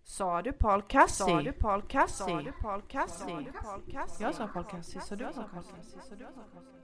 Sa du Paul Cassi? Sa du Paul Cassi? Sa du Paul Cassi? Sa du Paul Cassi? Jag sa Paul Cassi, så du sa Paul Cassi, så du sa Paul Cassi.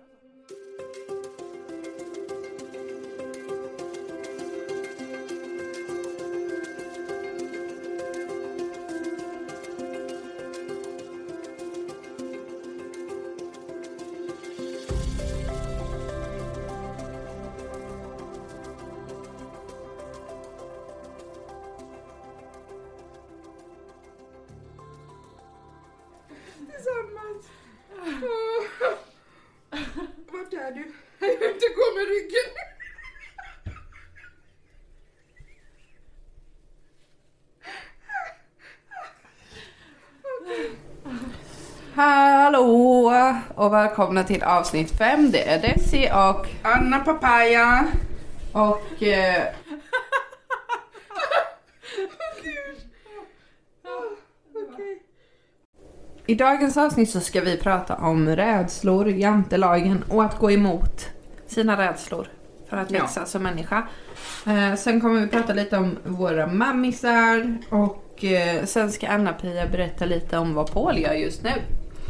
Tillsammans. Vart är du? Jag vill inte gå med ryggen. Hallå och välkomna till avsnitt 5. Det är Desi och Anna Papaya. och i dagens avsnitt så ska vi prata om rädslor, jantelagen och att gå emot sina rädslor för att växa som människa. Sen kommer vi prata lite om våra mammisar och sen ska Anna-Pia berätta lite om vad Paul gör just nu.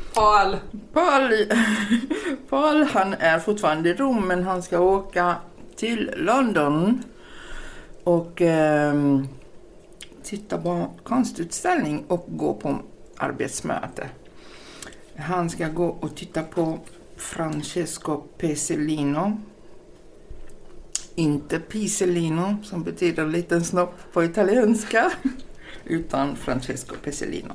Paul, han är fortfarande i Rom, men han ska åka till London och titta på konstutställning och gå på arbetsmöte. Han ska gå och titta på Francesco Pezzolino. Inte Pizzolino som betyder liten snopp på italienska, utan Francesco Pezzolino.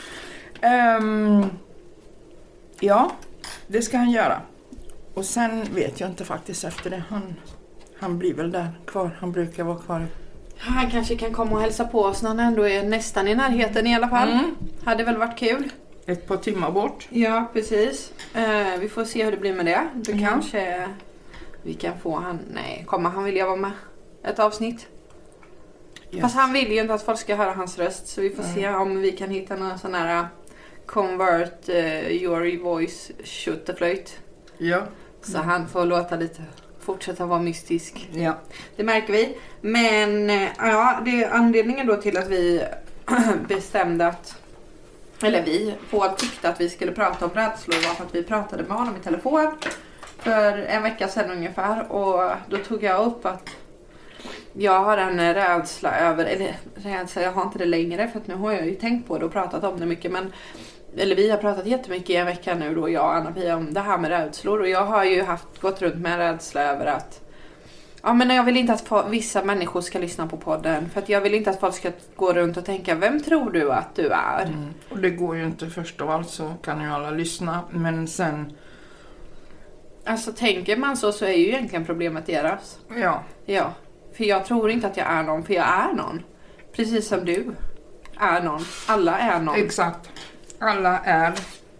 Ja, det ska han göra. Och sen vet jag inte faktiskt efter det. Han blir väl där kvar. Han brukar vara kvar. Han kanske kan komma och hälsa på oss när han ändå är nästan i närheten i alla fall. Hade väl varit kul. Ett par timmar bort. Ja, precis. Vi får se hur det blir med det. Då kanske vi kan få han... Nej, kommer han vilja vara med ett avsnitt? Yes. Fast han vill ju inte att folk ska höra hans röst. Så vi får se om vi kan hitta någon sån här convert your voice flöjt. Ja. Så han får låta lite... fortsätta vara mystisk. Ja. Det märker vi. Men ja, det är anledningen då till att vi bestämde att... Eller Paul tyckte att vi skulle prata om rädslor var för att vi pratade med honom i telefon för en vecka sedan ungefär. Och då tog jag upp att jag har en rädsla över... Eller rädsla, jag har inte det längre för att nu har jag ju tänkt på det och pratat om det mycket. Men, eller vi har pratat jättemycket i en vecka nu då, jag och Anna-Pia, om det här med rädslor. Och jag har ju gått runt med en rädsla över att... Ja, men jag vill inte att vissa människor ska lyssna på podden. För att jag vill inte att folk ska gå runt och tänka, vem tror du att du är? Och det går ju inte, först av allt så kan ju alla lyssna. Men sen... Alltså tänker man så är ju egentligen problemet deras. Ja. Ja, för jag tror inte att jag är någon, för jag är någon. Precis som du är någon. Alla är någon. Exakt. Alla är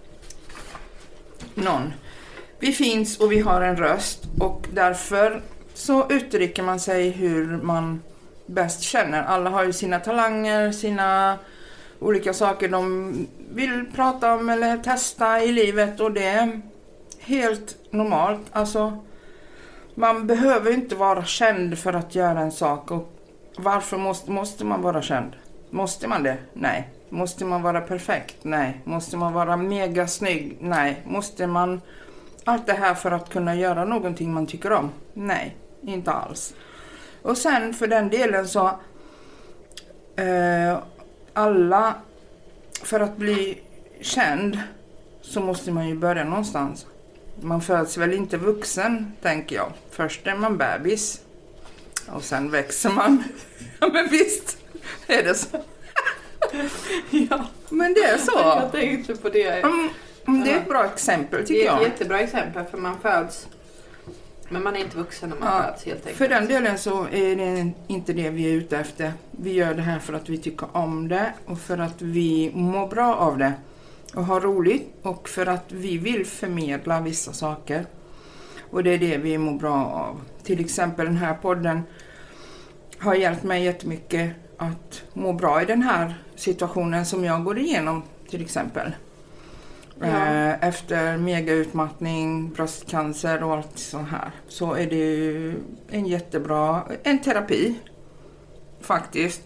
någon. Vi finns och vi har en röst och därför så uttrycker man sig hur man bäst känner. Alla har ju sina talanger, sina olika saker de vill prata om eller testa i livet och det är helt normalt. Alltså, man behöver inte vara känd för att göra en sak. Och varför måste man vara känd? Måste man det? Nej. Måste man vara perfekt? Nej. Måste man vara mega snygg? Nej. Måste man allt det här för att kunna göra någonting man tycker om? Nej, inte alls. Och sen för den delen så alla, för att bli känd så måste man ju börja någonstans. Man föds väl inte vuxen, tänker jag. Först är man bebis och sen växer man. Ja, men visst är det så. Ja, men det är så. Jag tänkte på det. Det är ett bra exempel tycker jag. Det är ett jättebra exempel för man föds. Men man är inte vuxen när man föds helt enkelt. För den delen så är det inte det vi är ute efter. Vi gör det här för att vi tycker om det och för att vi mår bra av det. Och har roligt och för att vi vill förmedla vissa saker. Och det är det vi mår bra av. Till exempel den här podden har hjälpt mig jättemycket att må bra i den här situationen som jag går igenom till exempel. Ja. Efter megautmattning, bröstcancer och allt så här. Så är det ju en jättebra terapi faktiskt.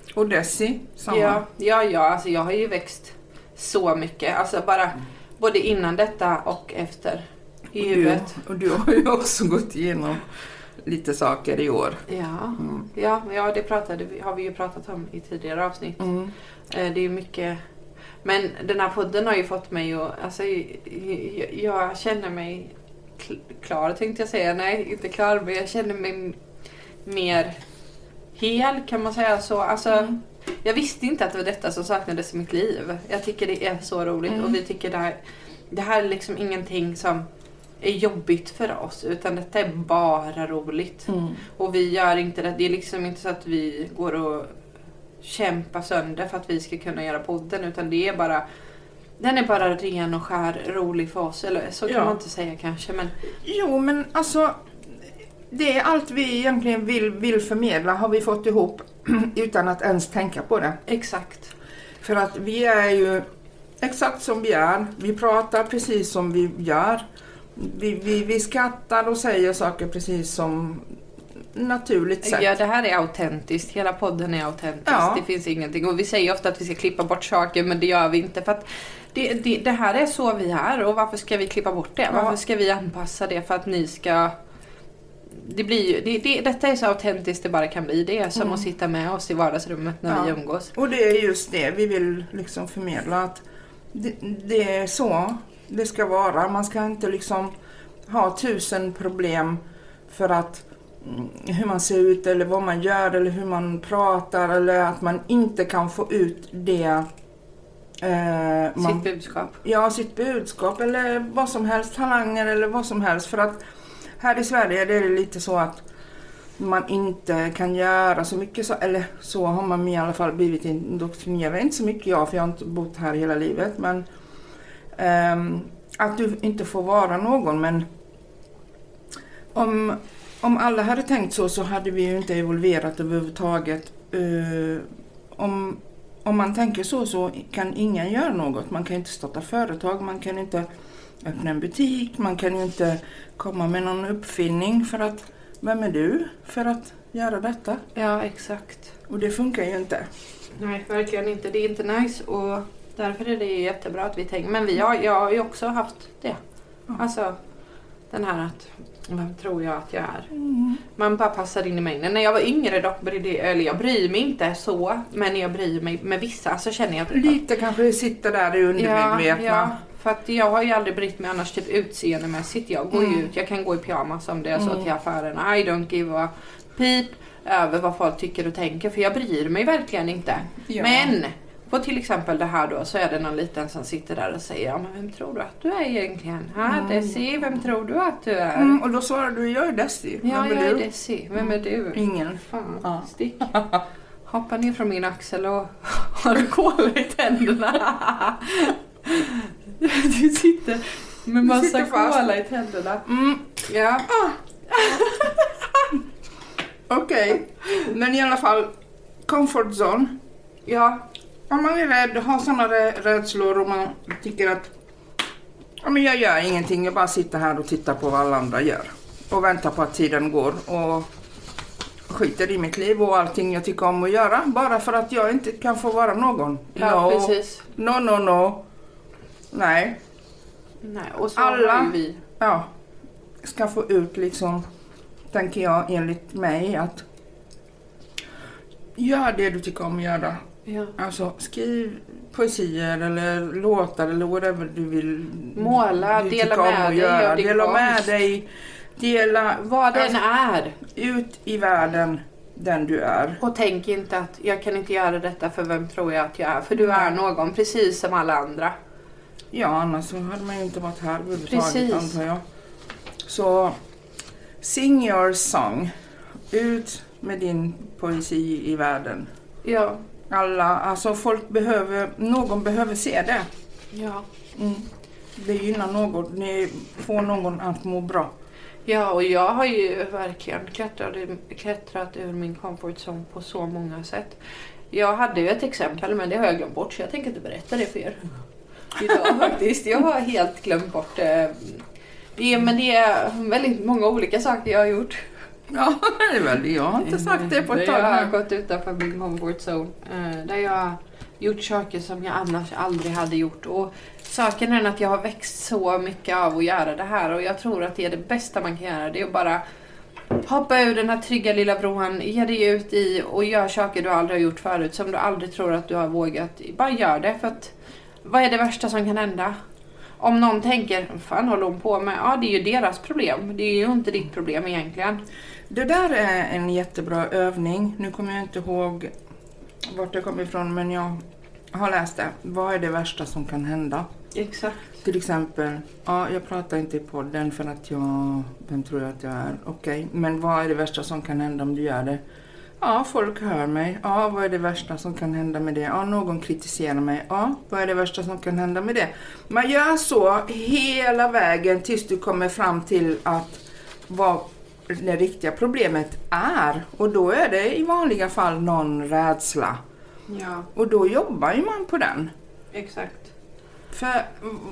Och Desi, samma. Ja, alltså jag har ju växt så mycket. Alltså bara både innan detta och efter i huvudet. Och du har ju också gått igenom lite saker i år. Ja, det har vi ju pratat om i tidigare avsnitt. Det är ju mycket. Men den här podden har ju fått mig att, alltså, jag känner mig klar, tänkte jag säga. Nej, inte klar, men jag känner mig mer hel, kan man säga så. Alltså, jag visste inte att det var detta som saknades i mitt liv. Jag tycker det är så roligt och vi tycker det här är liksom ingenting som är jobbigt för oss, utan detta är bara roligt. Och vi gör inte det. Det är liksom inte så att vi går och kämpar sönder för att vi ska kunna göra podden, utan det är bara, den är bara ren och skär rolig för oss, eller så kan man inte säga kanske, men jo, men alltså det är allt vi egentligen vill förmedla, har vi fått ihop utan att ens tänka på det. Exakt. För att vi är ju exakt som vi är. Vi pratar precis som vi gör. Vi skrattar och säger saker precis som naturligt sätt. Ja, det här är autentiskt. Hela podden är autentisk. Ja. Det finns ingenting. Och vi säger ofta att vi ska klippa bort saker, men det gör vi inte. För att det här är så vi är. Och varför ska vi klippa bort det? Varför ska vi anpassa det för att ni ska... Det blir ju, detta är så autentiskt det bara kan bli. Det är som att sitta med oss i vardagsrummet när vi umgås. Och det är just det vi vill liksom förmedla. Att det är så det ska vara. Man ska inte liksom ha 1000 problem för att hur man ser ut eller vad man gör eller hur man pratar, eller att man inte kan få ut det sitt budskap. Ja, sitt budskap eller vad som helst, talanger eller vad som helst. För att här i Sverige är det lite så att man inte kan göra så mycket, eller så har man i alla fall blivit indoktrinerad. Inte så mycket jag, för jag har inte bott här hela livet, men att du inte får vara någon. Men om alla hade tänkt så hade vi ju inte evolverat överhuvudtaget. Om man tänker så kan ingen göra något. Man kan inte starta företag, man kan inte öppna en butik, man kan inte komma med någon uppfinning, för att vem är du för att göra detta? Ja, exakt. Och det funkar ju inte. Nej, verkligen inte. Det är inte nice, och därför är det jättebra att vi tänker. Men jag har ju också haft det. Alltså den här att vem tror jag att jag är? Man bara passar in i mängden. När jag var yngre dock, jag bryr mig inte så, men jag bryr mig med vissa, så känner jag lite kanske sitter där i undermedvetna. Ja, för att jag har ju aldrig brytt mig annars typ utseendemässigt. Jag går ju ut, jag kan gå i pyjamas om det är så till affären. I don't give a peep över vad folk tycker och tänker, för jag bryr mig verkligen inte. Ja. Men på till exempel det här då, så är det någon liten som sitter där och säger, ja, men vem tror du att du är egentligen? Desi, vem tror du att du är? Och då svarar du, jag är Desi. Ja, jag är Desi. Vem är du? Ingen. Fan, stick. Hoppa ner från min axel och har du kola i tänderna. Du sitter med massa kola i tänderna. Ja. Okej. Men i alla fall, comfort zone. Ja. Om man är rädd, har sådana rädslor och man tycker att men jag gör ingenting, jag bara sitter här och tittar på vad alla andra gör. Och väntar på att tiden går och skiter i mitt liv och allting jag tycker om att göra. Bara för att jag inte kan få vara någon. Ja, precis. No. Nej. Nej, och så alla har vi. Ja, ska få ut liksom, tänker jag enligt mig, att gör det du tycker om att göra. Ja. Alltså skriv poesier eller låtar eller whatever du vill. Måla, dela med dig. Dela med dig. Dela vad den är. Ut i världen den du är. Och tänk inte att jag kan inte göra detta, för vem tror jag att jag är? För du är någon precis som alla andra. Ja, annars så hade man ju inte varit här överhuvudtaget, antar jag. Så sing your song. Ut med din poesi i världen. Ja. Någon behöver se det. Ja. Det gynnar någon, ni får någon att må bra. Ja, och jag har ju verkligen klättrat ur min comfort zone på så många sätt. Jag hade ju ett exempel, men det har jag glömt bort, så jag tänker inte berätta det för er idag faktiskt. Jag har helt glömt bort det. Men det är väldigt många olika saker jag har gjort. Ja, det är väl det. Jag har inte sagt det på ett tag. Jag har nu. gått utanför min comfort zone. Där jag har gjort saker som jag annars aldrig hade gjort. Och saken är att jag har växt så mycket av att göra det här. Och jag tror att det är det bästa man kan göra. Det är att bara hoppa ur den här trygga lilla bron. Ge dig ut i och gör saker du aldrig har gjort förut. Som du aldrig tror att du har vågat. Bara gör det. För att vad är det värsta som kan hända? Om någon tänker, fan håller hon på med? Ja, det är ju deras problem. Det är ju inte ditt problem egentligen. Det där är en jättebra övning. Nu kommer jag inte ihåg vart det kommer ifrån, men jag har läst det. Vad är det värsta som kan hända? Exakt. Till exempel, jag pratar inte i podden för att vem tror jag att jag är? Okej, men vad är det värsta som kan hända om du gör det? Ja, folk hör mig. Ja, vad är det värsta som kan hända med det? Ja, någon kritiserar mig. Ja, vad är det värsta som kan hända med det? Man gör så hela vägen tills du kommer fram till att vad det riktiga problemet är. Och då är det i vanliga fall någon rädsla. Ja, Och då jobbar ju man på den. exakt. För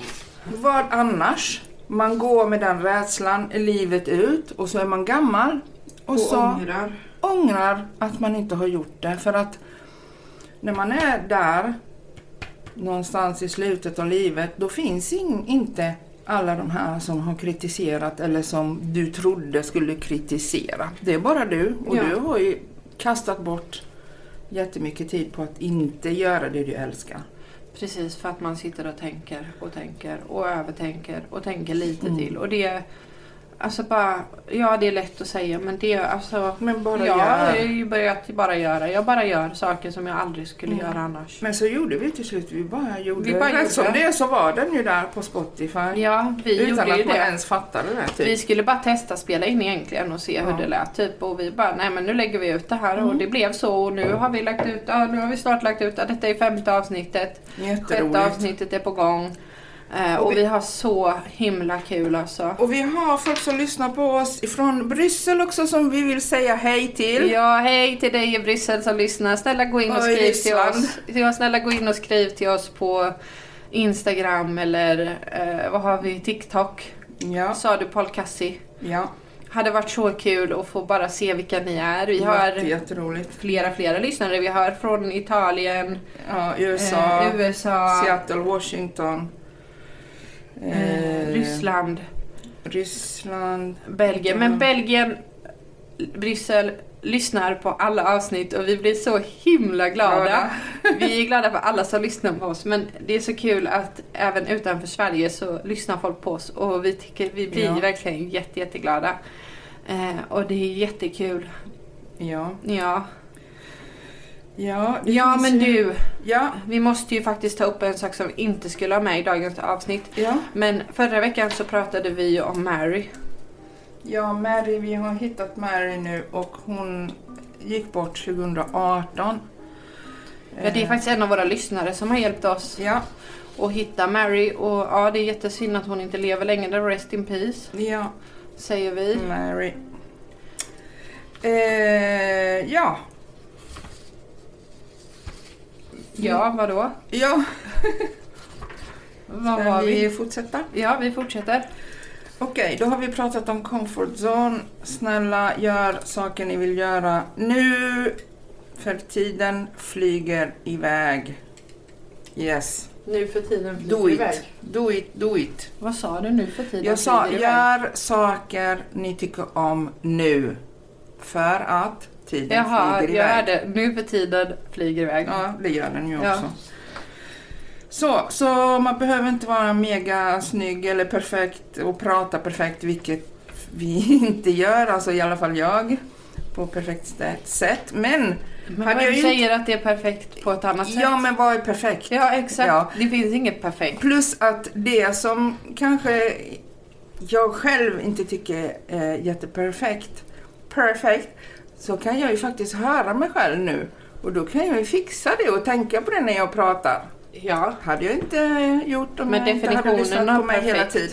vad annars? Man går med den rädslan livet ut och så är man gammal. Och så ångrar att man inte har gjort det. För att när man är där någonstans i slutet av livet, då finns inte alla de här som har kritiserat eller som du trodde skulle kritisera. Det är bara du. Och du har ju kastat bort jättemycket tid på att inte göra det du älskar. Precis, för att man sitter och tänker och övertänker och tänker lite till. Och det alltså bara, ja det är lätt att säga, men det är alltså, men bara jag gör. har ju börjat bara göra. Jag bara gör saker som jag aldrig skulle göra annars. Men så gjorde vi till slut, vi bara gjorde. Som det så var den ju där på Spotify. Ja, vi utan gjorde att ju man det. ens fattade det. Typ. Vi skulle bara testa spela in egentligen och se hur det lät typ. Och vi bara, nej men nu lägger vi ut det här. Och det blev så. Och nu har vi lagt ut, nu har vi snart lagt ut, detta är 5:e avsnittet. Jätteroligt. 6:e avsnittet är på gång. Och vi har så himla kul alltså. Och vi har folk som lyssnar på oss ifrån Bryssel också som vi vill säga hej till. Ja, hej till dig i Bryssel som lyssnar. Snälla gå in och skriv till oss. Ja, snälla gå in och skriv till oss på Instagram eller vad har vi? TikTok. Ja. Sa du Paul Cassi? Ja. Hade varit så kul att få bara se vilka ni är. Vi har jätteroligt. flera lyssnare. Vi har från Italien, USA, USA, Seattle, Washington, Ryssland, Belgien. Men Belgien, Bryssel lyssnar på alla avsnitt och vi blir så himla glada. Vi är glada för alla som lyssnar på oss, men det är så kul att även utanför Sverige så lyssnar folk på oss och vi blir verkligen jätteglada. Och det är jättekul. Ja. Ja, men du. Ja. Vi måste ju faktiskt ta upp en sak som vi inte skulle ha med i dagens avsnitt. Ja. Men förra veckan så pratade vi ju om Mary. Ja, Mary, vi har hittat Mary nu och hon gick bort 2018. Ja, det är faktiskt en av våra lyssnare som har hjälpt oss att hitta Mary. Och ja, det är jättesynd att hon inte lever längre. Rest in peace. Ja. Säger vi. Mary. Ja. Ja, vadå? Ja. Vad Ska var vi fortsätta? Ja, vi fortsätter. Okej, då har vi pratat om comfort zone. Snälla, gör saker ni vill göra nu. För tiden flyger iväg. Yes. Nu för tiden flyger iväg. Do it. Vad sa du nu för tiden? Jag sa, gör saker ni tycker om nu. För att tiden flyger iväg. Jag hörde. Nu för tiden flyger iväg. Ja, det gör den ju också. Så man behöver inte vara mega snygg eller perfekt och prata perfekt, vilket vi inte gör, alltså i alla fall jag, på perfekt sätt. Men hade jag säger att det är perfekt på ett annat sätt. Ja, men vad är perfekt? Ja, exakt. Ja. Det finns inget perfekt. Plus att det som kanske jag själv inte tycker är jätteperfekt, så kan jag ju faktiskt höra mig själv nu. Och då kan jag ju fixa det och tänka på det när jag pratar. Ja. Hade jag inte gjort om men jag inte hade lyssnat på mig perfekt. hela tiden.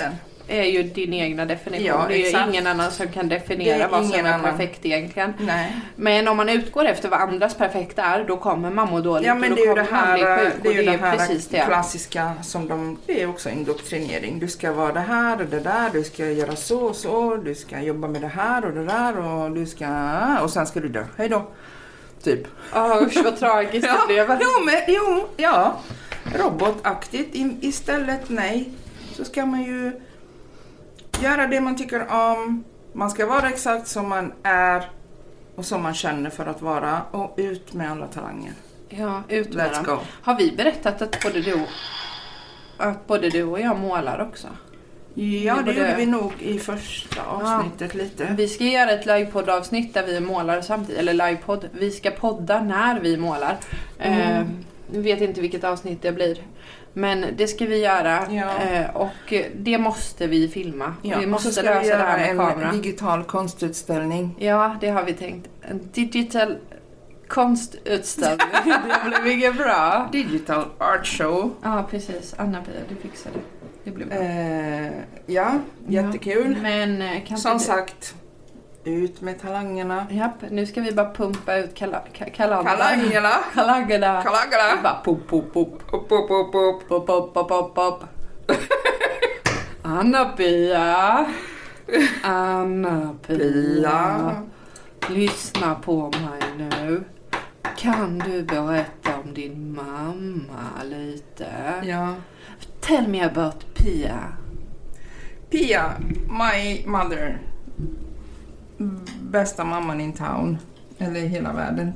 är ju din egna definition. Ja, det är exakt. ju ingen annan som kan definiera vad som är perfekt egentligen. Nej. Men om man utgår efter vad andras perfekta är, då kommer man må dåligt. Ja, men och det då är ju det kommer man bli här, sjuk, det är ju och det här precis det. klassiska som det är också indoktrinering. Du ska vara det här och det där, du ska göra så och så, du ska jobba med det här och det där och du ska, och sen ska du dö. Hej då. Typ. Usch vad tragiskt det blev. Ja. Robotaktigt istället, nej. Så ska man ju göra det man tycker om. Man ska vara exakt som man är och som man känner för att vara, och ut med alla talanger. Ja, ut med Let's dem. go. Har vi berättat att både du och jag målar också? Ja, det gjorde vi nog i första avsnittet lite. Vi ska göra ett livepoddavsnitt där vi målar samtidigt, eller livepodd. Vi ska podda när vi målar. Vi vet inte vilket avsnitt det blir. Men det ska vi göra, och det måste vi filma. Ja, vi måste och så ska lösa vi det göra här med kamera. en digital konstutställning. Ja, det har vi tänkt. En digital konstutställning. Det blev mycket bra. Digital art show. Ja, precis. Anna-Pia, du fixade det. Det blev bra. Ja, jättekul. Ja, men kan som inte sagt, ut med talangerna. Japp, nu ska vi bara pumpa ut kalangerna. Kalangerna. Vi bara pop, pop, pop. Upp, upp, upp, upp. Pop, pop, pop, pop, pop. Anna-Pia. Lyssna på mig nu. Kan du berätta om din mamma lite? Ja. Tell me about Pia. Pia, my mother. Bästa mamman in town. Eller i hela världen.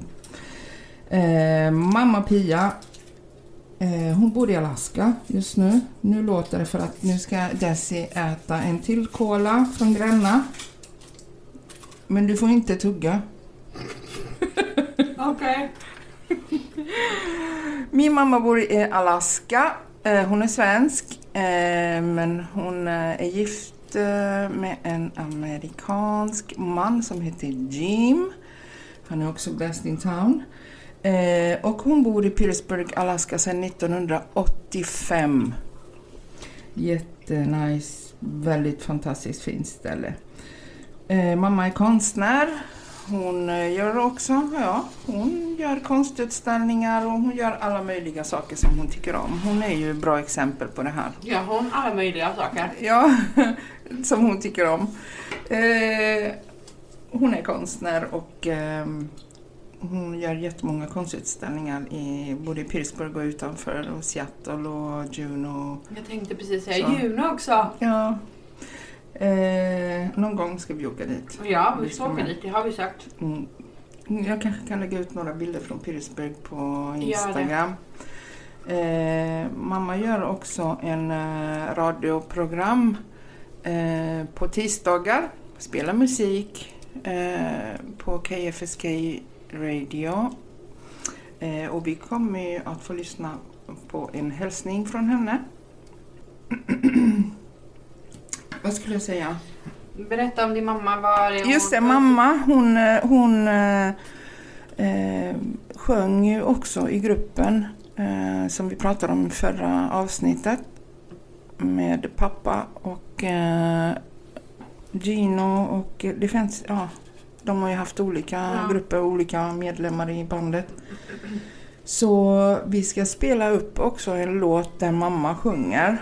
Mamma Pia. Hon bor i Alaska just nu. Nu låter det för att nu ska Desi äta en till cola från Gränna. Men du får inte tugga. Okej. Min mamma bor i Alaska. Hon är svensk. Men hon är gift med en amerikansk man som heter Jim. Han är också best in town. Och hon bor i Petersburg, Alaska sedan 1985. Jättenice, väldigt fantastiskt fint ställe. Mamma är konstnär. Hon gör konstutställningar och hon gör alla möjliga saker som hon tycker om. Hon är ju ett bra exempel på det här. Ja, hon alla möjliga saker. Ja, som hon tycker om. Hon är konstnär och hon gör jättemånga konstutställningar både i Pittsburgh och utanför, och Seattle och Juneau. Jag tänkte precis säga Juneau också. Ja. Någon gång ska vi åka dit. Ja, vi ska åka dit, det har vi sagt. Jag kanske kan lägga ut några bilder från Pittsburgh på Instagram. Mamma gör också en radioprogram på tisdagar. Spelar musik på KFSK Radio. Och vi kommer ju att få lyssna på en hälsning från henne. Vad skulle jag säga? Berätta om din mamma. Just det, mamma hon sjöng ju också i gruppen som vi pratade om i förra avsnittet med pappa och Gino, och det finns, de har ju haft olika grupper och olika medlemmar i bandet. Så vi ska spela upp också en låt där mamma sjunger.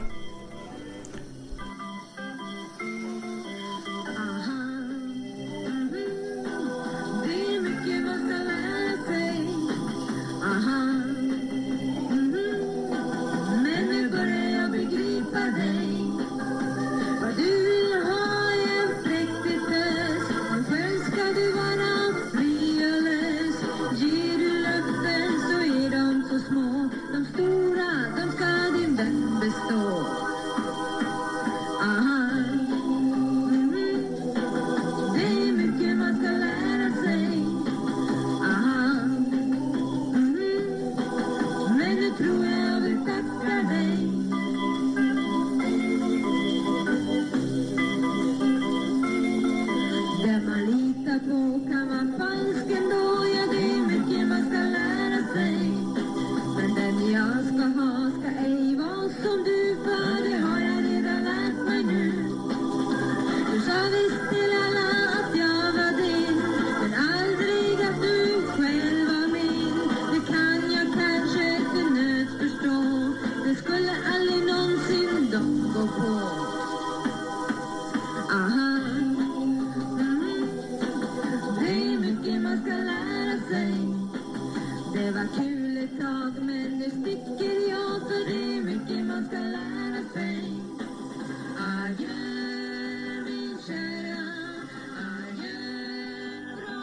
De stora, de ska din vän bestå.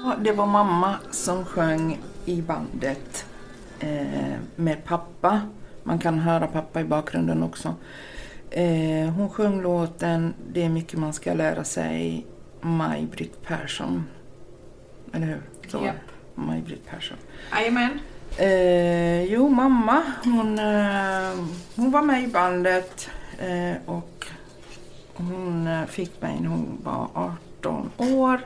det var mamma som sjöng i bandet med pappa. Man kan höra pappa i bakgrunden också. Hon sjöng låten Det är mycket man ska lära sig, Maj-Britt Persson. Eller hur? Så Yep. Maj-Britt Persson. Jajamän. Jo, mamma, hon var med i bandet och hon fick mig när hon var 18 år.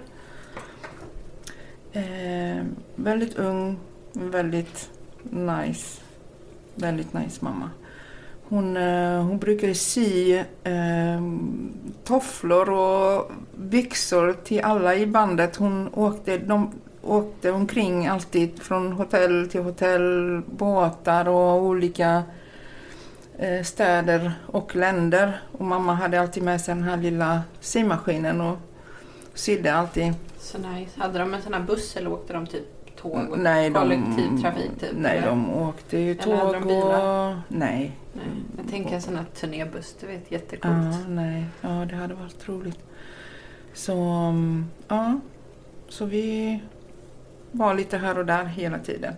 Väldigt ung, väldigt nice mamma. Hon brukade sy tofflor och byxor till alla i bandet. De åkte omkring alltid från hotell till hotell, båtar och olika städer och länder. Och mamma hade alltid med sig den här lilla symaskinen och sydde alltid. Så nice. Hade de en sån här buss eller åkte de typ tåg och Nej, kollektivtrafik typ? Nej, eller? de åkte ju Eller tåg hade de bilar? och... Nej. Jag tänker en sån här turnébuss, du vet, jättecoolt. Ja, det hade varit roligt. Så, så vi var lite här och där hela tiden.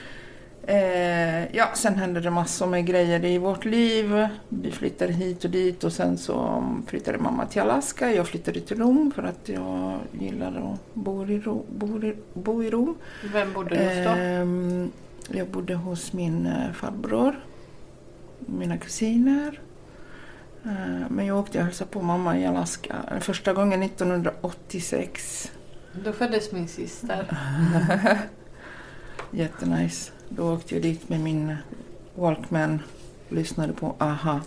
Sen hände det massor med grejer i vårt liv. Vi flyttade hit och dit och sen så flyttade mamma till Alaska. Jag flyttade till Rom för att jag gillade att bo i Rom. Vem bodde du hos då? Jag bodde hos min farbror, mina kusiner. Men jag åkte och hälsade på mamma i Alaska första gången 1986. Då föddes min syster. Jättenice. Då åkte jag dit med min Walkman, lyssnade på AHA.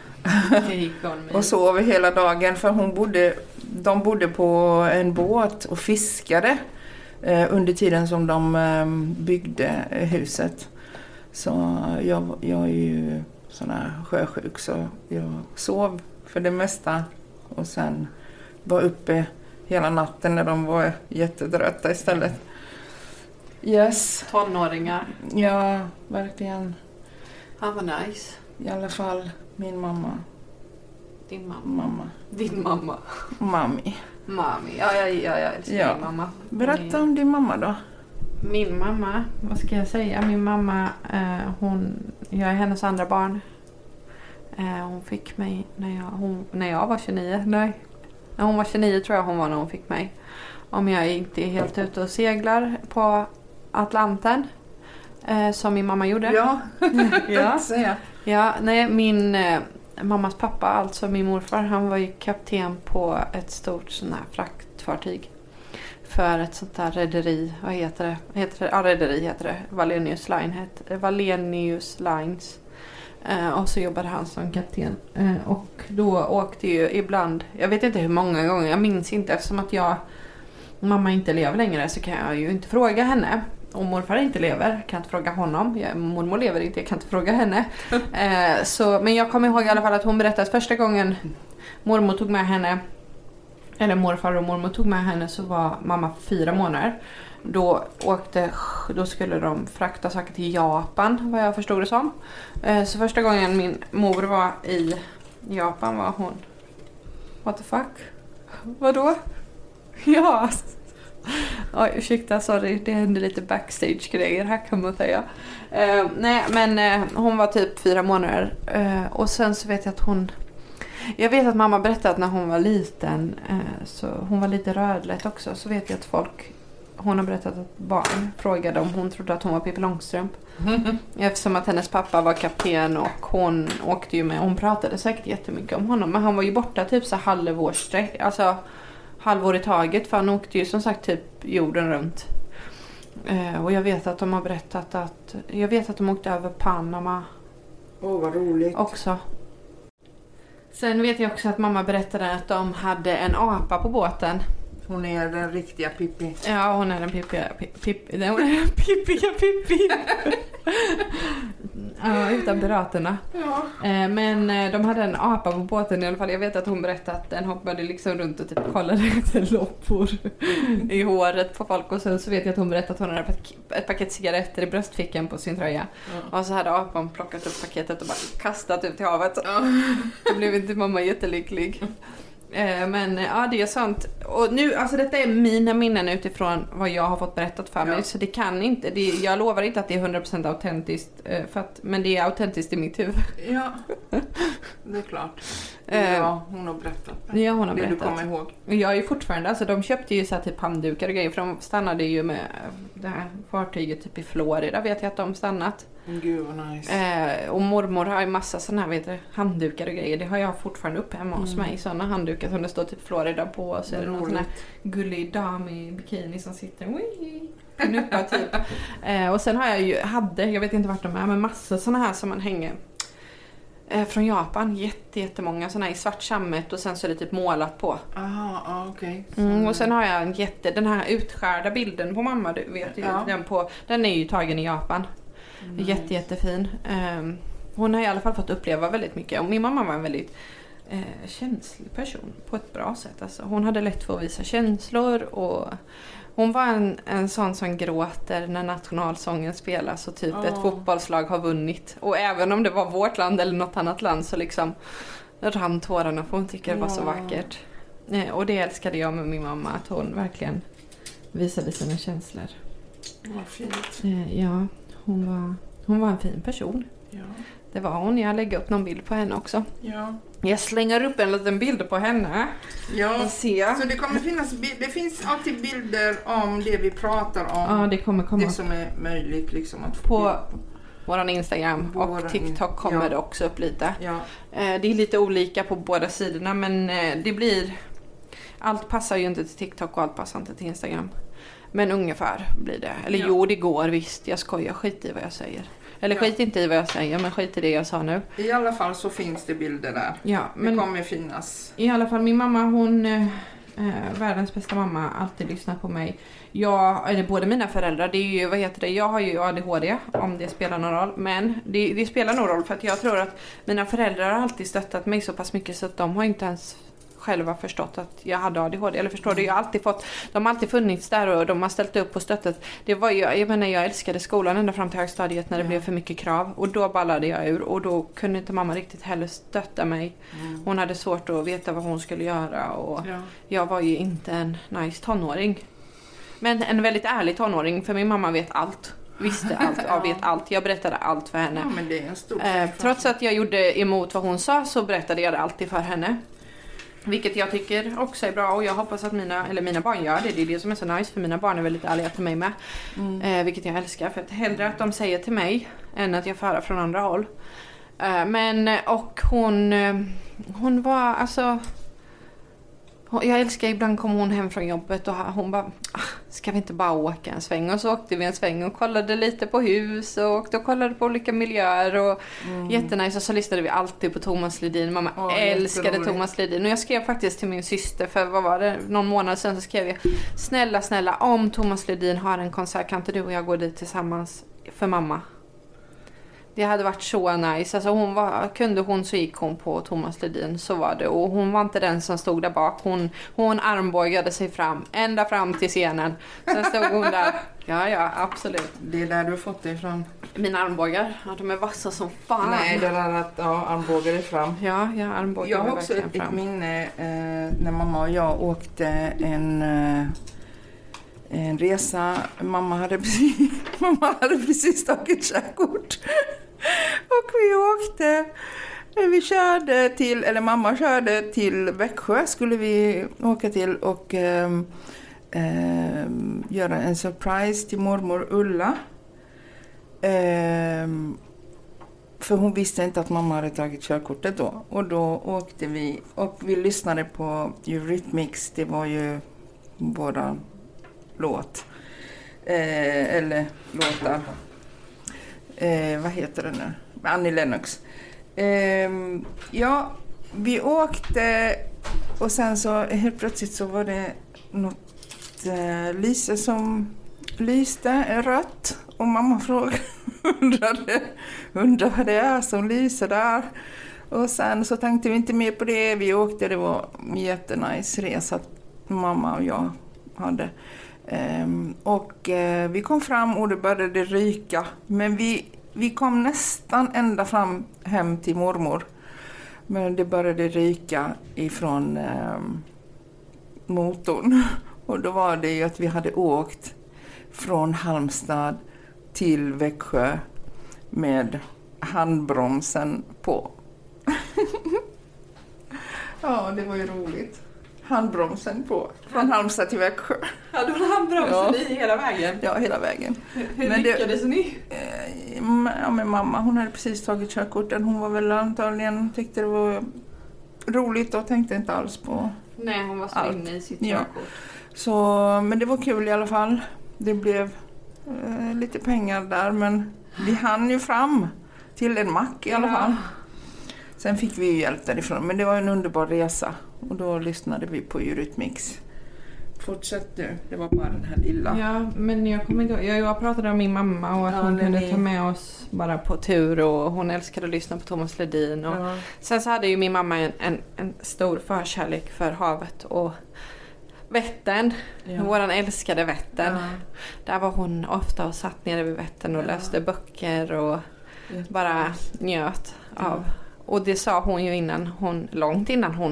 Och sov hela dagen för de bodde på en båt och fiskade under tiden som de byggde huset. Så jag är ju sån här sjösjuk så jag sov för det mesta och sen var uppe hela natten när de var jättetrötta istället. Yes. Tonåringar. Ja, verkligen. Han var nice. I alla fall min mamma. Din mamma. Mamma. Din mamma. Mami. Mami. Ja, jag älskar din mamma. Berätta om din mamma då. Min mamma, vad ska jag säga? Min mamma, jag är hennes andra barn. Hon fick mig när jag var 29. Nej. När hon var 29 tror jag hon var när hon fick mig. Om jag inte är helt ute och seglar på Atlanten. Som min mamma gjorde. Ja, ja. Ja, nej, min mammas pappa, alltså min morfar, han var ju kapten på ett stort sån här fraktfartyg. För ett sånt där rederi, vad heter det? Ja, rederi heter det. Wallenius Lines. Och så jobbade han som kapten. Och då åkte ju ibland, jag vet inte hur många gånger, jag minns inte eftersom att mamma inte lever längre så kan jag ju inte fråga henne. Om morfar inte lever kan jag inte fråga honom. Mormor lever inte, jag kan inte fråga henne. Men jag kommer ihåg i alla fall att hon berättade att första gången mormor tog med henne, eller morfar och mormor tog med henne, så var mamma 4 månader. Då skulle de frakta saker till Japan, vad jag förstod det som. Så första gången min mor var i Japan var hon... What the fuck? Vadå? Ja. Oj, ursäkta, sorry. Det hände lite backstage-grejer här kan man säga. Hon var typ 4 månader. Och sen så vet jag att jag vet att mamma berättade att när hon var liten, så hon var lite rödlätt också, så vet jag att hon har berättat att barn frågade om hon trodde att hon var Pippi Långstrump. Eftersom att hennes pappa var kapten och hon åkte ju med. Hon pratade säkert jättemycket om honom, men han var ju borta typ så halvår i taget, för han åkte ju som sagt typ jorden runt. Och jag vet att de har berättat att de åkte över Panama. Vad roligt. Också. Sen vet jag också att mamma berättade att de hade en apa på båten. Hon är den riktiga Pippi. Ja, hon är den Pippi. Ja, utan piraterna. Ja. Men de hade en apa på båten i alla fall. Jag vet att hon berättade att den hoppade liksom runt och typ kollade efter loppor i håret på folk. Och sen så vet jag att hon berättade att hon hade ett paket cigaretter i bröstfickan på sin tröja. Och så hade apan plockat upp paketet och bara kastat ut till havet. Då blev inte mamma jättelycklig. Men ja, det är sånt. Och nu, alltså detta är mina minnen utifrån vad jag har fått berättat för mig. Så det kan inte, jag lovar inte att det är 100% autentiskt. Men det är autentiskt i mitt huvud. Ja, det är klart. Ja, hon har berättat. Ja, hon har det berättat. Du kommer ihåg. Jag är ju fortfarande, alltså de köpte ju så här typ handdukar och grejer. För de stannade ju med det här fartyget typ i Florida, vet jag att de stannat. Gud vad nice. Och mormor har ju massa sådana här, vet du, handdukar och grejer. Det har jag fortfarande uppe hemma hos mig. Sådana handdukar som det står typ Florida på. Och så är det någon sån här gullig dam i bikini som sitter knuppa typ. Och sen har jag vet inte vart de är, men massa sådana här som man hänger från Japan. Jättemånga sådana här i svart sammet och sen så är det typ målat på. Aha, okej. Och sen har jag den här utskärda bilden på mamma, du vet ju, den är ju tagen i Japan. Jättefin. Hon har i alla fall fått uppleva väldigt mycket. Och min mamma var en väldigt känslig person på ett bra sätt. Alltså, hon hade lätt för att visa känslor. Och hon var en sån som gråter när nationalsången spelas och typ ett fotbollslag har vunnit. Och även om det var vårt land eller något annat land så liksom rann tårarna för hon tycker det var så vackert. Och det älskade jag med min mamma, att hon verkligen visade sina känslor. Vad fint. Ja. Hon var en fin person. Ja. Det var hon. Jag lägger upp någon bild på henne också. Ja. Jag slänger upp en liten bild på henne. Ja, så det kommer finnas det finns alltid bilder om det vi pratar om. Ja, det kommer komma. Det som är möjligt liksom att få på våran Instagram och TikTok kommer det också upp lite. Ja. Det är lite olika på båda sidorna, men det blir... Allt passar ju inte till TikTok och allt passar inte till Instagram. Men ungefär blir det. Eller jo, det går visst. Jag skojar, skit i vad jag säger. Eller skit inte i vad jag säger, men skit i det jag sa nu. I alla fall så finns det bilder där. Ja, men det kommer finnas. I alla fall, min mamma, hon... världens bästa mamma, alltid lyssnar på mig. Eller både mina föräldrar, det är ju, jag har ju ADHD, om det spelar någon roll. Men det spelar någon roll för att jag tror att mina föräldrar har alltid stöttat mig så pass mycket så att de har inte ens själva förstått att jag hade ADHD. Eller förstår du, de har alltid funnits där och de har ställt upp och stöttat. Det var jag älskade skolan ända fram till högstadiet när det blev för mycket krav. Och då ballade jag ur och då kunde inte mamma riktigt heller stötta mig. Hon hade svårt att veta vad hon skulle göra och jag var ju inte en nice tonåring. Men en väldigt ärlig tonåring, för min mamma vet allt. Visste allt, vet allt. Jag berättade allt för henne. Ja, men det är en stor trots att jag gjorde emot vad hon sa så berättade jag det alltid för henne. Vilket jag tycker också är bra och jag hoppas att mina barn gör det. Det är det som är så nice, för mina barn är väldigt ärliga till mig med. Vilket jag älskar, för att hellre att de säger till mig än att jag får från andra håll. Och hon var alltså... Jag älskar, ibland kom hon hem från jobbet och hon bara, ska vi inte bara åka en sväng? Och så åkte vi en sväng och kollade lite på hus och kollade på olika miljöer och jättenice. Och så lyssnade vi alltid på Thomas Ledin. Mamma älskade Thomas Ledin. Och jag skrev faktiskt till min syster för någon månad sedan så skrev jag, snälla, om Thomas Ledin har en konsert, kan inte du och jag gå dit tillsammans för mamma? Det hade varit så nice. Alltså kunde hon så gick hon på Thomas Ledin, så var det. Och hon var inte den som stod där bak. Hon armbågade sig fram, ända fram till scenen. Sen stod hon där. Ja, absolut. Det är där du har fått det ifrån. Mina armbågar, de är vassa som fan. Nej, det är att armbågar är fram. Ja, armbågar. Jag har också ett minne när mamma och jag åkte en resa. Mamma hade precis tagit körkort. Och mamma körde till Växjö, skulle vi åka till och göra en surprise till mormor Ulla. För hon visste inte att mamma hade tagit körkortet då. Och då åkte vi och vi lyssnade på Eurythmics, det var ju våra låt. Eller låtar. Vad heter det nu? Annie Lennox. Vi åkte och sen så helt plötsligt så var det något lyse som lyste rött och mamma undrade vad det är som lyser där. Och sen så tänkte vi inte mer på det. Vi åkte, det var en jättenice resa mamma och jag hade. Vi kom fram och det började ryka. Men vi kom nästan ända fram hem till mormor. Men det började ryka ifrån motorn. Och då var det ju att vi hade åkt från Halmstad till Växjö med handbromsen på. Ja, det var ju roligt. Handbromsen på. Från Halmstad till Växjö. Hade hon handbromsen i hela vägen? Ja, hela vägen. Hur lyckades ni? Ja, men mamma, hon hade precis tagit körkorten. Hon var väl antagligen, tyckte det var roligt och tänkte inte alls på Nej, hon var så allt. inne i sitt Ja. körkort. Så, men det var kul i alla fall. Det blev lite pengar där, men vi hann ju fram till en mack i alla fall. Sen fick vi ju hjälp därifrån, men det var en underbar resa. Och då lyssnade vi på Eurythmics. Fortsätt nu, det var bara den här lilla. Ja, men jag kommer inte ihåg. Jag pratade om min mamma och att hon kunde ta med oss bara på tur och hon älskade att lyssna på Thomas Ledin. Och sen så hade ju min mamma en stor förkärlek för havet och Vättern, våran älskade Vättern. Där var hon ofta och satt nere vid Vättern och läste böcker och bara njöt av. Och det sa hon ju långt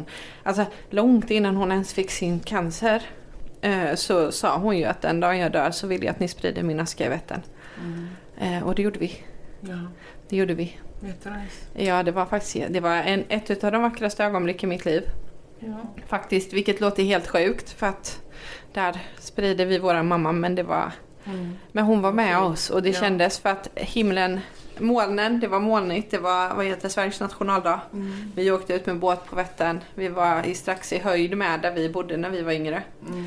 innan hon ens fick sin cancer. Så sa hon ju att den dag jag dör så vill jag att ni sprider min aska i Vättern. Och det gjorde vi. Ja. Det gjorde vi. Ja, det var faktiskt ett av de vackraste ögonblick i mitt liv. Ja. Faktiskt, vilket låter helt sjukt för att där sprider vi våra mamma, men det var men hon var med oss och det kändes för att molnen, det var molnigt, det var Sveriges nationaldag. Vi åkte ut med båt på Vättern. Vi var strax i höjd med där vi bodde när vi var yngre.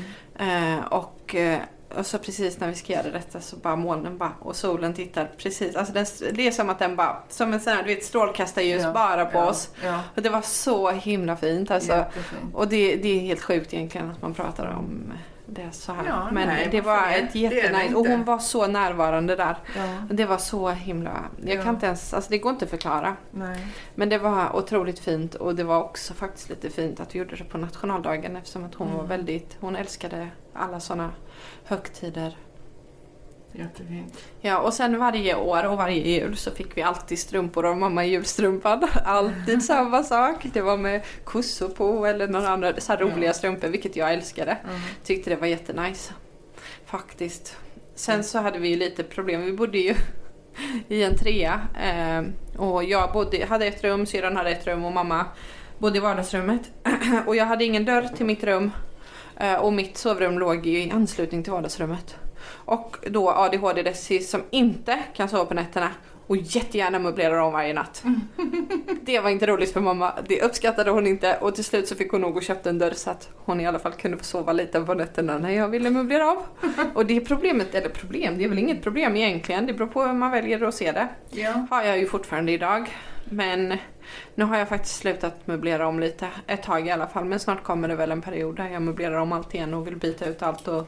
Och så precis när vi skrev detta så bara molnen och solen tittar precis. Alltså det är som att den bara, som en sån här, strålkastarljus bara på oss. Ja. Och det var så himla fint. Alltså. Och det är helt sjukt egentligen att man pratar om det så här. Ja, men det var ett jättenice. Och hon var så närvarande där. Ja. Det var så himla... Jag kan inte ens... Alltså det går inte att förklara. Nej. Men det var otroligt fint. Och det var också faktiskt lite fint att vi gjorde det på nationaldagen. Eftersom att hon var väldigt... Hon älskade alla såna högtider. Jättefint. Ja, och sen varje år och varje jul så fick vi alltid strumpor av mamma julstrumpad. Alltid samma sak. Det var med kossor på eller några andra så här roliga strumpor, vilket jag älskade. Tyckte det var jättenice. Faktiskt. Sen så hade vi ju lite problem. Vi bodde ju i en trea. Och jag hade ett rum, syrran hade ett rum och mamma bodde i vardagsrummet. Och jag hade ingen dörr till mitt rum. Och mitt sovrum låg i anslutning till vardagsrummet. Och då ADHD-dessi som inte kan sova på nätterna och jättegärna möblerar om varje natt. Det var inte roligt för mamma. Det uppskattade hon inte och till slut så fick hon nog och köpte en dörr så att hon i alla fall kunde få sova lite på nätterna när jag ville möblera av. Och det problemet, det är väl inget problem egentligen. Det beror på hur man väljer att se det. Ja. Har jag ju fortfarande idag. Men nu har jag faktiskt slutat möblera om lite. Ett tag i alla fall. Men snart kommer det väl en period där jag möblerar om allt igen och vill byta ut allt och...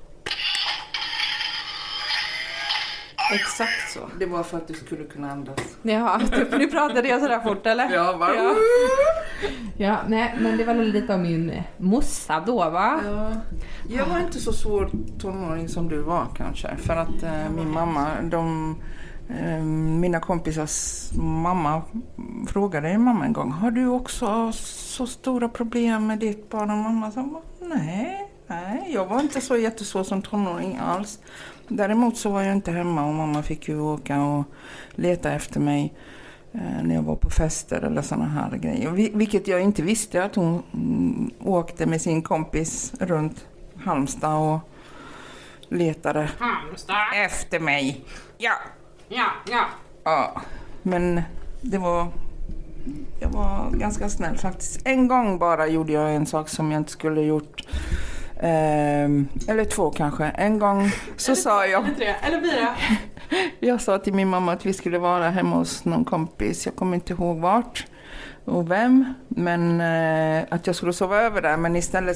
Exakt så. Det var för att du skulle kunna andas. Ja, nu pratade jag sådär fort, eller? Ja, bara... Ja, nej, men det var lite om min mossa då, va? Ja. Jag var inte så svår tonåring som du var kanske. För att min mamma, mina kompisars mamma frågade mamma en gång: har du också så stora problem med ditt barn? Och mamma sa: nej, jag var inte så jättesvår som tonåring alls. Däremot så var jag inte hemma och mamma fick ju åka och leta efter mig när jag var på fester eller såna här grejer. Vilket jag inte visste, att hon åkte med sin kompis runt Halmstad och letade efter mig. Ja. Ja, men jag var ganska snäll faktiskt. En gång bara gjorde jag en sak som jag inte skulle gjort. Eller 2 kanske. En gång så sa jag... Eller 3, eller 4. Jag sa till min mamma att vi skulle vara hemma hos någon kompis. Jag kommer inte ihåg vart och vem. Men att jag skulle sova över där. Men istället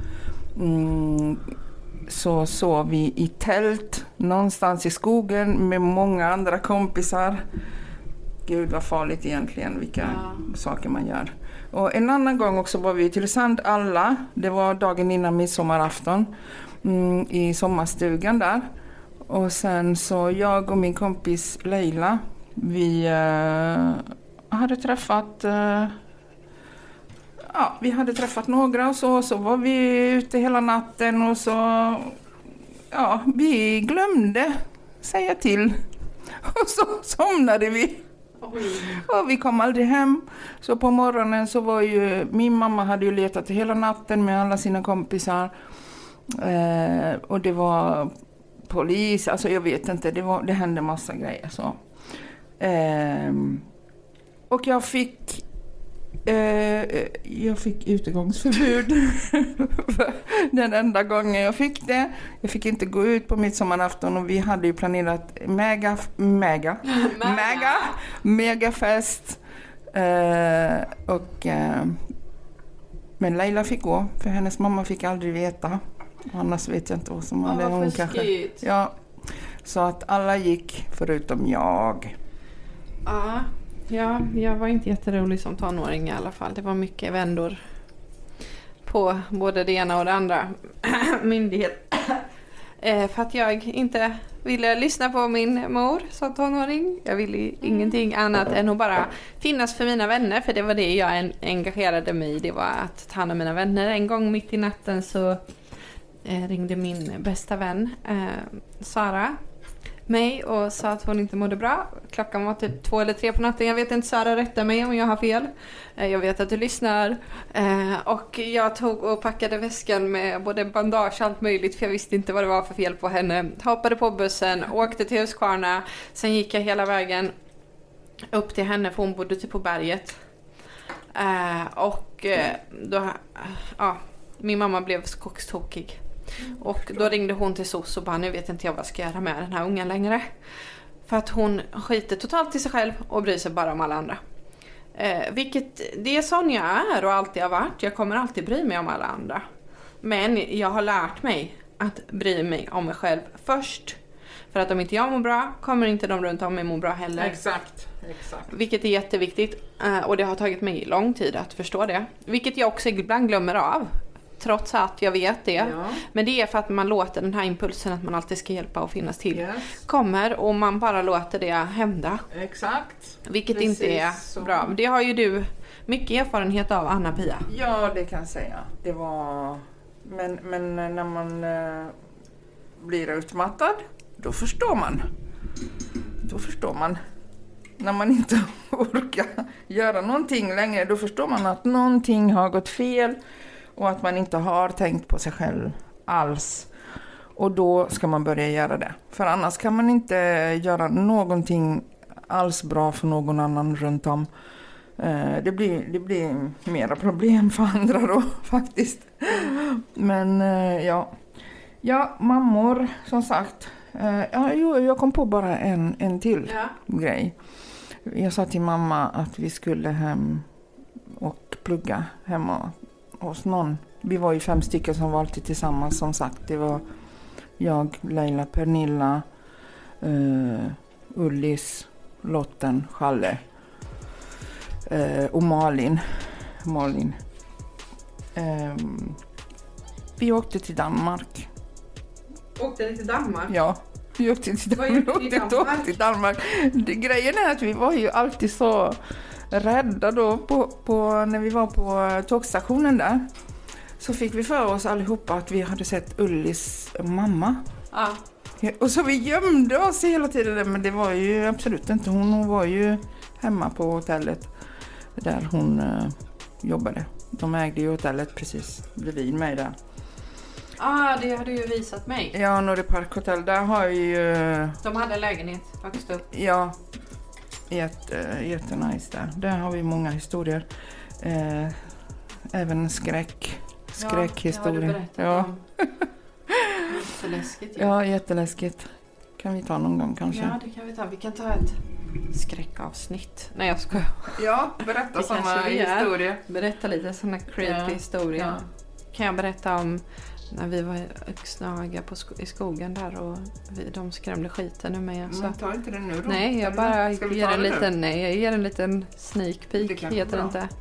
så sov vi i tält någonstans i skogen med många andra kompisar. Gud vad farligt egentligen vilka saker man gör. Och en annan gång också var vi till Sand alla. Det var dagen innan midsommarafton i sommarstugan där. Och sen så jag och min kompis Leila, vi hade träffat ja, vi hade träffat några och så var vi ute hela natten och så, ja, vi glömde säga till. Och så somnade vi. Och vi kom aldrig hem. Så på morgonen så var ju, min mamma hade ju letat hela natten med alla sina kompisar. Och det var polis, alltså jag vet inte, det hände massa grejer så. Och jag fick utegångsförbud den enda gången jag fick det. Jag fick inte gå ut på midsommarafton och vi hade ju planerat megafest. Men Leila fick gå, för hennes mamma fick aldrig veta. Annars vet jag inte vad som hade hon kanske. Ja, så att alla gick förutom jag. Ja, jag var inte jätterolig som tonåring i alla fall. Det var mycket vändor på både det ena och det andra myndighet. För att jag inte ville lyssna på min mor som tonåring. Jag ville ingenting annat än att bara finnas för mina vänner. För det var det jag engagerade mig i. Det var att ta hand om mina vänner. En gång mitt i natten så ringde min bästa vän Sara mig och sa att hon inte mådde bra. Klockan var typ 2 eller 3 på natten. Jag vet inte, Sara, rätta mig om jag har fel. Jag vet att du lyssnar. Och jag tog och packade väskan med både bandage och allt möjligt, för jag visste inte vad det var för fel på henne. Hoppade på bussen, åkte till Huskvarna. Sen gick jag hela vägen upp till henne, för hon bodde typ på berget. Min mamma blev skogstokig. Och då ringde hon till SOS och bara, nu vet inte jag vad jag ska göra med den här ungen längre. För att hon skiter totalt i sig själv och bryr sig bara om alla andra. Vilket, det är sån jag är och alltid har varit. Jag kommer alltid bry mig om alla andra. Men jag har lärt mig att bry mig om mig själv först. För att om inte jag mår bra kommer inte de runt om mig må bra heller. Exakt. Vilket är jätteviktigt. Och det har tagit mig lång tid att förstå det. Vilket jag också ibland glömmer av. Trots att jag vet det. Ja. Men det är för att man låter den här impulsen att man alltid ska hjälpa och finnas till. Kommer och man bara låter det hända. Exakt. Vilket precis inte är så bra. Det har ju du mycket erfarenhet av, Anna-Pia. Ja, det kan jag säga. Det var... Men när man blir utmattad, då förstår man. När man inte orkar göra någonting längre, då förstår man att någonting har gått fel. Och att man inte har tänkt på sig själv alls. Och då ska man börja göra det. För annars kan man inte göra någonting alls bra för någon annan runt om. Det blir mera problem för andra då faktiskt. Men ja, mammor som sagt. Jag kom på bara en till grej. Jag sa till mamma att vi skulle hem och plugga hemma hos någon. Vi var ju 5 stycken som var alltid tillsammans, som sagt. Det var jag, Leila, Pernilla, Ullis, Lotten, Challe och Malin. Vi åkte till Danmark. Åkte ni till Danmark? Ja, vi åkte till Danmark. Grejen är att vi var ju alltid så rädda då på när vi var på tågstationen där. Så fick vi för oss allihopa att vi hade sett Ullis mamma. Ja. Och så vi gömde oss hela tiden, men det var ju absolut inte hon var ju hemma på hotellet där hon jobbade. De ägde ju hotellet precis bredvid mig där. Det har du ju visat mig. Ja, Norre Park Hotel, där har ju... De hade lägenhet högst upp. Ja, jättenice där. Där har vi många historier. Även skräckhistorier. Ja. Jätteläskigt. Ja, jätteläskigt. Kan vi ta någon gång kanske? Ja, det kan vi ta. Vi kan ta ett skräckavsnitt. Nej, jag skojar. Ja, berätta sådana historier. Berätta lite sådana creepy historier. Ja. Kan jag berätta om när vi var yxnaga i skogen där och de skrämde skiten ur mig. Alltså. Men ta inte det nu då. Nej, jag bara ger en liten sneak peek. Det heter det inte.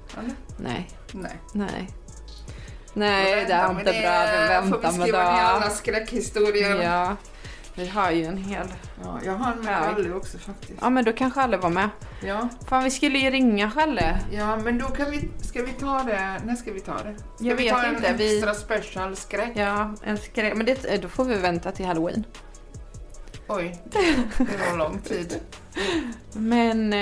Nej, det är inte bra. Vänta med alla skräckhistorier. Ja. Vi har ju en hel... Ja, jag har med Alle också faktiskt. Ja, men då kanske Alle var med. Ja. Fan, vi skulle ju ringa Challe. Ja, men då ska vi ta det? När ska vi ta det? Ska Jag vi vet ta inte, en extra special skräck? Ja, en skräck. Men då får vi vänta till Halloween. Oj, det var lång tid. Men...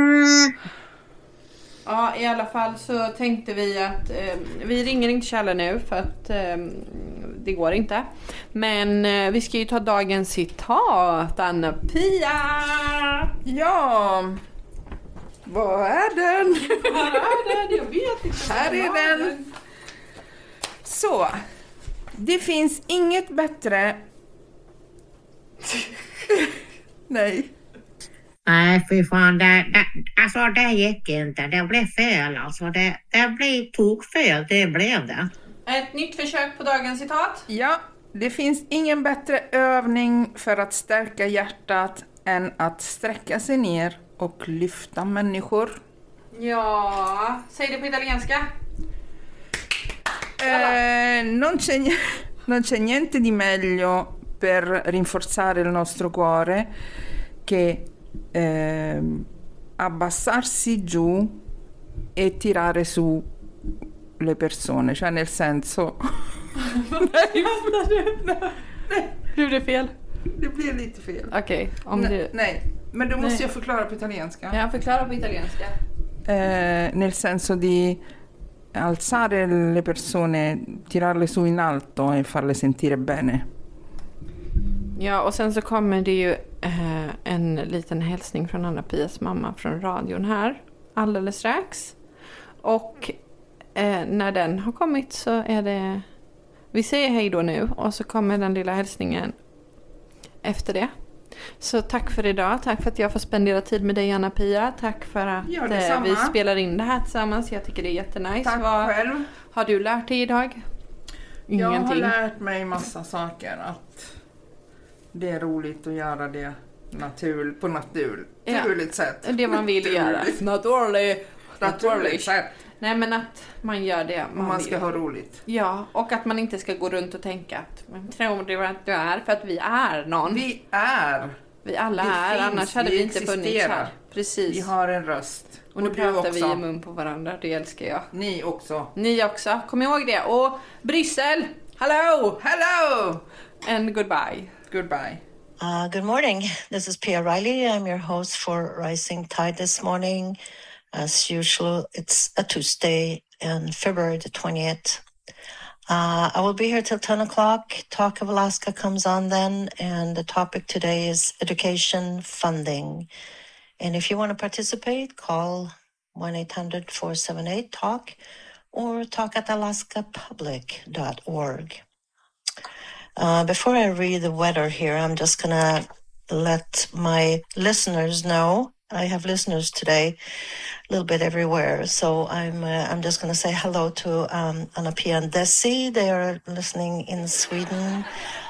Ja, i alla fall så tänkte vi att vi ringer inte Challe nu för att det går inte. Men vi ska ju ta dagens citat, Anna-Pia! Ja, vad är den? Var är den? Jag vet inte. Här är den. Så, det finns inget bättre... Nej. Nej, fy fan, alltså det gick inte. Det blev fel alltså. Det blev tokfel, det blev det. Ett nytt försök på dagens citat. Ja, det finns ingen bättre övning för att stärka hjärtat än att sträcka sig ner och lyfta människor. Ja, säg det på italienska. Non c'è niente di meglio per rinforzare il nostro cuore che abbassarsi giù e tirare su le persone, cioè nel senso... Blev det fel? Det blev lite fel. Okej, Nej, men då måste jag förklara på italienska. Jag förklarar på italienska. Nel senso di alzare le persone, tirarle su in alto e farle sentire bene. Ja, och sen så kommer det ju en liten hälsning från Anna-Pias mamma från radion här alldeles strax. Och när den har kommit så är det... Vi säger hej då nu och så kommer den lilla hälsningen efter det. Så tack för idag. Tack för att jag får spendera tid med dig, Anna-Pia. Tack för att vi spelar in det här tillsammans. Jag tycker det är jättenice. Tack själv. Har du lärt dig idag? Ingenting. Jag har lärt mig massa saker. Att det är roligt att göra det på naturligt sätt. Det man vill göra. Naturligt sätt. Nej, men att man gör det man ska ha roligt. Ja, och att man inte ska gå runt och tänka att man tror du att du är, för att vi är någon. Vi är. Vi alla är, annars hade vi inte funnits här. Precis. Vi har en röst. Och nu pratar vi i mun på varandra, det älskar jag. Ni också. Ni också, kom ihåg det. Och Bryssel, hello! Hello! And goodbye. Goodbye. Good morning. This is Pia Riley. I'm your host for Rising Tide this morning. As usual, it's a Tuesday on February the 20th. I will be here till 10 o'clock. Talk of Alaska comes on then, and the topic today is education funding. And if you want to participate, call 1-800-478-TALK or talk@alaskapublic.org. Before I read the weather here, I'm just going to let my listeners know. I have listeners today a little bit everywhere. So I'm just going to say hello to Anna-Pia and Desi. They are listening in Sweden.